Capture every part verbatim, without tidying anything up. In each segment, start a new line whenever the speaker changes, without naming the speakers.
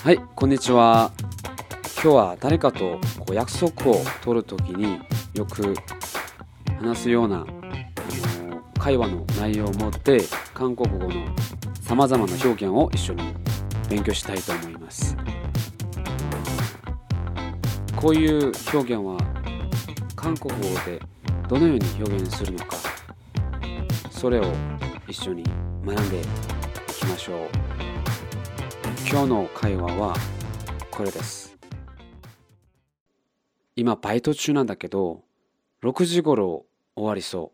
はい、こんにちは。今日は誰かとこう約束を取るときによく話すような、あの会話の内容を持って韓国語のさまざまな表現を一緒に勉強したいと思います。こういう表現は韓国語でどのように表現するのか、それを一緒に学んでいきましょう。今日の会話はこれです。今バイト中なんだけどろくじ頃終わりそう。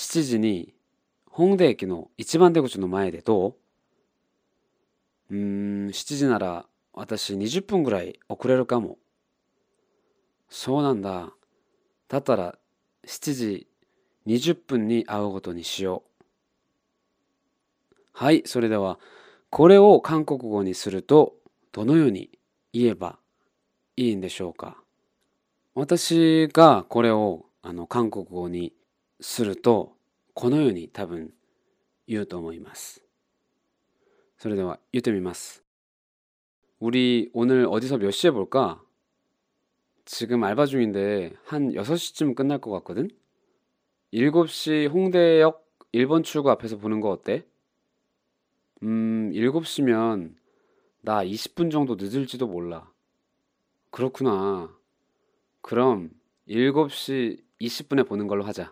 しちじにホンデ駅の一番出口の前でどう？うーん、しちじなら私にじゅっぷんぐらい遅れるかも。そうなんだ。だったらしちじにじゅっぷんに会うことにしよう。はい、それではこれを韓国語にするとどのように言えばいいんでしょうか。私がこれをあの韓国語にするとこのように多分言うと思います。それでは言ってみます。우리 오늘 어디서 몇 시에 볼까? 지금 알바 중인데 한 여섯 시쯤 끝날 것 같거든? 일곱 시 홍대역 일 번 출구 앞에서 보는 거 어때? 음, 일곱 시면 나 이십 분 정도 늦을지도 몰라. 그렇구나. 그럼 일곱 시 이십 분에 보는 걸로 하자.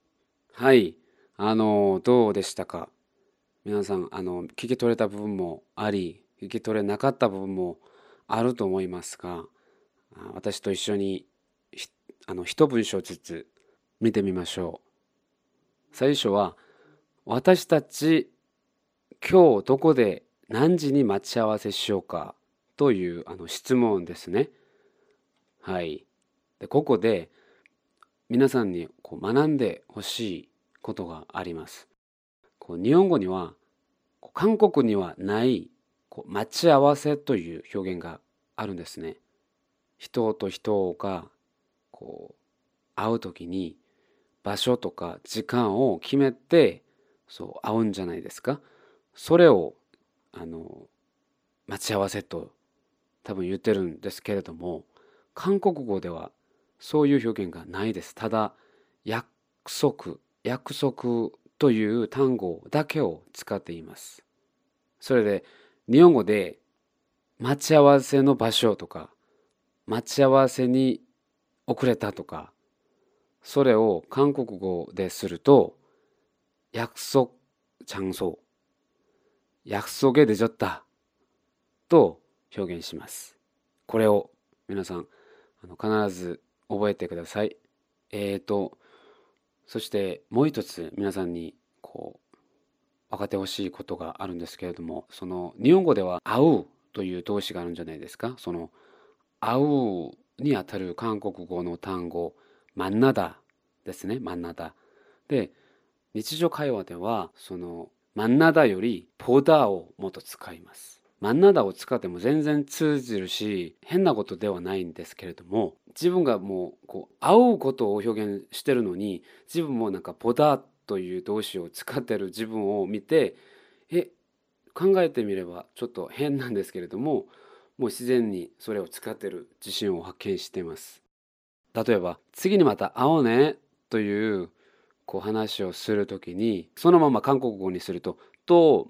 하이, あの、どうでしたか？皆さん、あの、聞き取れた部分もあり、聞き取れなかった部分もあると思いますが、あ私と一緒にひあの一文章ずつ見てみましょう。最初は、私たち今日どこで何時に待ち合わせしようかというあの質問ですね。はい。で、ここで皆さんにこう学んでほしいことがあります。こう日本語にはこう韓国にはないこう待ち合わせという表現があるんですね。人と人がこう会うときに場所とか時間を決めてそう会うんじゃないですか。それをあの待ち合わせと多分言ってるんですけれども、韓国語ではそういう表現がないです。ただ約束、約束という単語だけを使っています。それで日本語で待ち合わせの場所とか待ち合わせに遅れたとか、それを韓国語ですると約束장소、約束에 늦었다と表現します。これを皆さんあの必ず覚えてください。えーと、そしてもう一つ皆さんにこう分かってほしいことがあるんですけれども、その日本語では会うという動詞があるんじゃないですか。その会うにあたる韓国語の単語、만나다ですね。만나다。で、日常会話ではその만나다より보다をもっと使います。만나다を使っても全然通じるし変なことではないんですけれども、自分がもうこう会うことを表現してるのに自分もなんか보다という動詞を使ってる自分を見て、え考えてみればちょっと変なんですけれども、もう自然にそれを使ってる自信を発見しています。例えば次にまた会おうねというこう話をするときにそのまま韓国語にすると또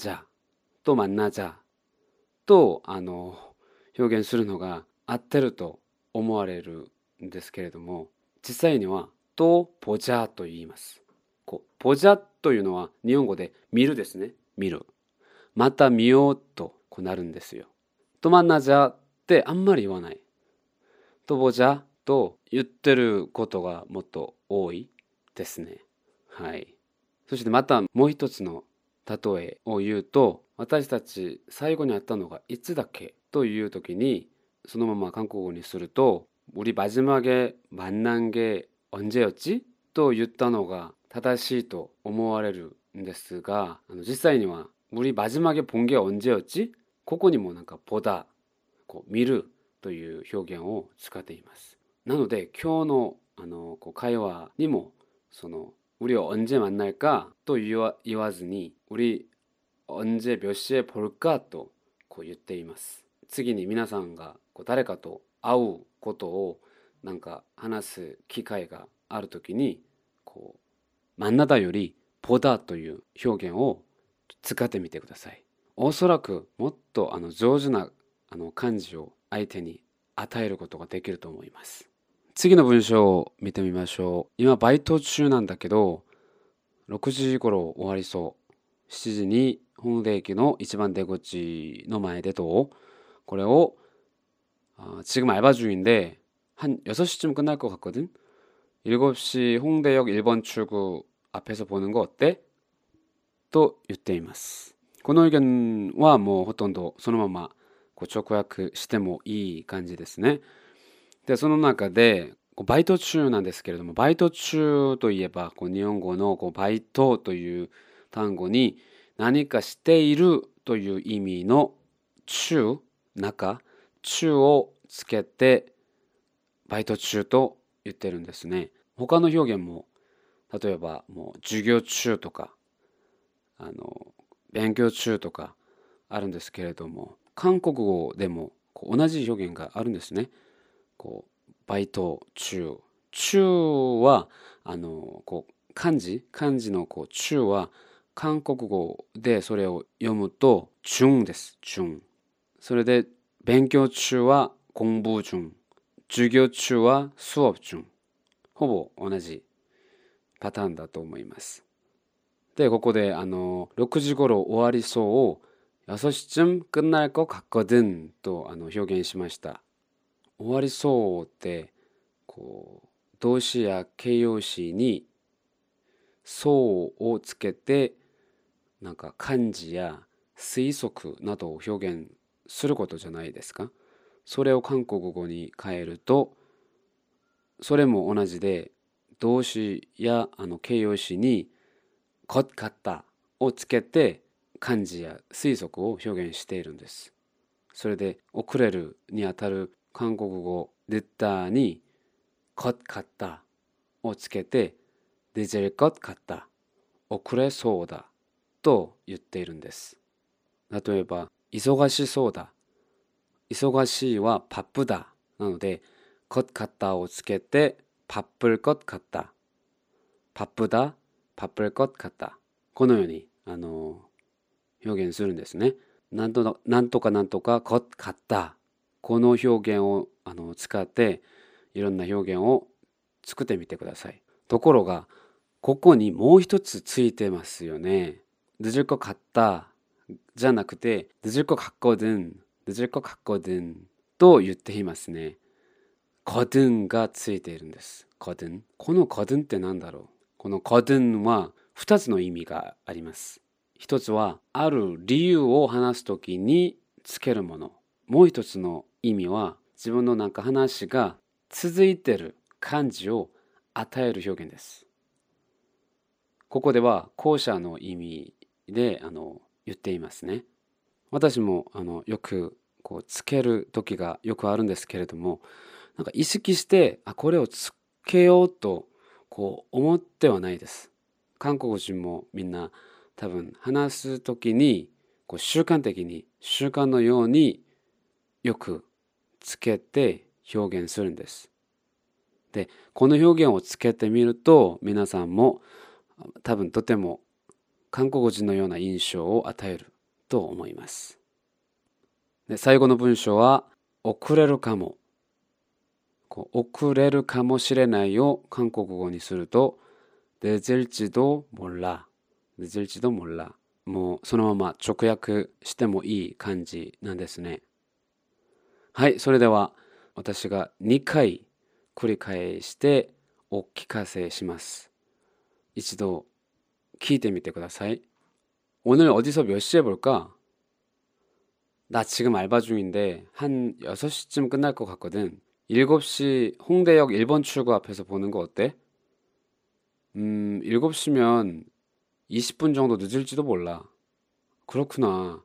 만나자、또 만나자とあの表現するのが合ってると思われるんですけれども、実際には또 보자と言います。こう보자というのは日本語で見るですね。見る。また見ようとこうなるんですよ。또 만나자ってあんまり言わない。또 보자と言ってることがもっと多いですね。はい。そしてまたもう一つの例えを言うと、私たち最後に会ったのがいつだっけという時にそのまま韓国語にすると우리 마지막에 만난 게 언제였지? と言ったのが正しいと思われるんですが、あの実際には우리 마지막에 본 게 언제였지? ここにもなんか보다、こう見るという表現を使っています。なので今日のあのこう会話にもその우리 언제 만날까? 또言わずに우리 언제 몇 시에 볼까? 또 こう言っています。次に皆さんがこう誰かと会うことをなんか話す機会があるときにこう만나다より보다という表現を使ってみてください。おそらくもっとあの上手なあの漢字を相手に与えることができると思います。次の文章を見てみましょう。今バイト中なんだけどろくじ頃終わりそう。しちじに홍대駅の一番出口の前でどう？これを어, 지금 알바 중인데 한 여섯 시쯤 끝날 것 같거든? 일곱 시 홍대역 일 번 출구 앞에서 보는 거 어때? と言っています。この意見はもうほとんどそのままこう直訳してもいい感じですね。で、その中でこうバイト中なんですけれども、バイト中といえばこう日本語のこうバイトという単語に何かしているという意味の中、中、中をつけてバイト中と言ってるんですね。他の表現も例えばもう授業中とかあの勉強中とかあるんですけれども、韓国語でもこう同じ表現があるんですね。こうバイト中、中はあのこう漢字漢字のこう中は韓国語でそれを読むと중です。중。それで勉強中は공부 중、 授業中は수업 중。ほぼ同じパターンだと思います。で、ここであのろくじ頃終わりそうを여섯 시쯤 끝날 것 같거든とあの表現しました。終わりそうってこう動詞や形容詞にそうをつけてなんか漢字や推測などを表現することじゃないですか。それを韓国語に変えるとそれも同じで動詞やあの形容詞に것 같다をつけて漢字や推測を表現しているんです。それで遅れるにあたる韓国語늦다に것 같다をつけて늦을 것 같다、遅れそうだと言っているんです。例えば忙しそうだ、忙しいは바쁘다なので것 같다をつけて바쁠 것 같다、바쁘다、바쁠 것 같다、このようにあの表現するんですね。なんとなんとかなんとか것 같다、この表現をあの使っていろんな表現を作ってみてください。ところがここにもう一つついてますよね。늦을 것 같다じゃなくて늦을 것 같거든、늦을 것 같거든と言っていますね。거든がついているんです。거든。この거든って何だろう。この거든は二つの意味があります。一つはある理由を話すときにつけるもの。もう一つの意味は自分のなんか話が続いている感じを与える表現です。ここでは後者の意味であの言っていますね。私もあのよくこうつける時がよくあるんですけれども、なんか意識してあこれをつけようとこう思ってはないです。韓国人もみんな多分話す時にこう習慣的に習慣のようによくつけて表現するんです。で、この表現をつけてみると皆さんも多分とても韓国人のような印象を与えると思います。で、最後の文章は遅れるかも。こう遅れるかもしれないを韓国語にすると늦을지도 몰라、늦을지도 몰라。もうそのまま直訳してもいい感じなんですね。はい、それでは私がにかい繰り返してお聞かせします。一度聞いてみてください。오늘 어디서 몇 시에 볼까? 나 지금 알바 중인데 한 여섯 시쯤 끝날 것 같거든. 일곱 시 홍대역 일 번 출구 앞에서 보는 거 어때? 음, 일곱 시면 이십 분 정도 늦을지도 몰라. 그렇구나.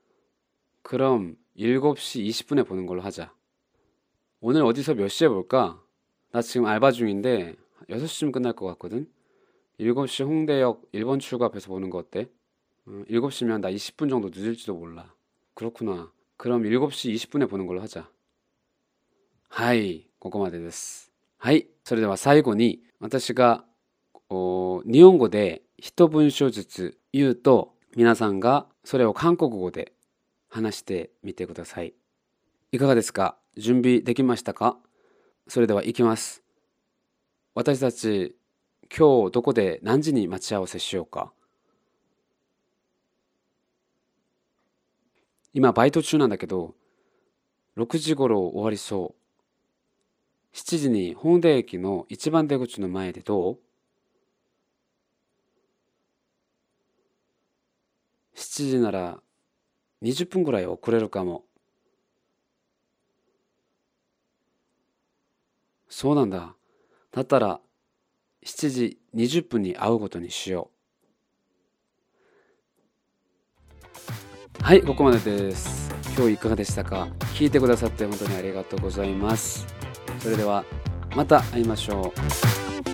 그럼 일곱 시 이십 분에 보는 걸로 하자. 오늘 어디서 몇 시에 볼까? 나 지금 알바 중인데 여섯 시쯤 끝날 것 같거든. 일곱 시 홍대역 일 번 출구 앞에서 보는 거 어때? 음, 일곱 시면 나 이십 분 정도 늦을지도 몰라. 그렇구나. 그럼 일곱 시 이십 분에 보는 걸로 하자. はい、ここまでです。はい、それでは最後に私が日本語で一文章ずつ言うと、皆さんがそれを韓国語で話してみてください。いかがですか？準備できましたか？それでは行きます。私たち今日どこで何時に待ち合わせしようか？今バイト中なんだけど、ろくじ頃終わりそう。しちじにホンデ駅の一番出口の前でどう？しちじならにじゅっぷんぐらい遅れるかも。そうなんだ。だったらしちじにじゅっぷんに会うことにしよう。はい、ここまでです。今日いかがでしたか？聞いてくださって本当にありがとうございます。それではまた会いましょう。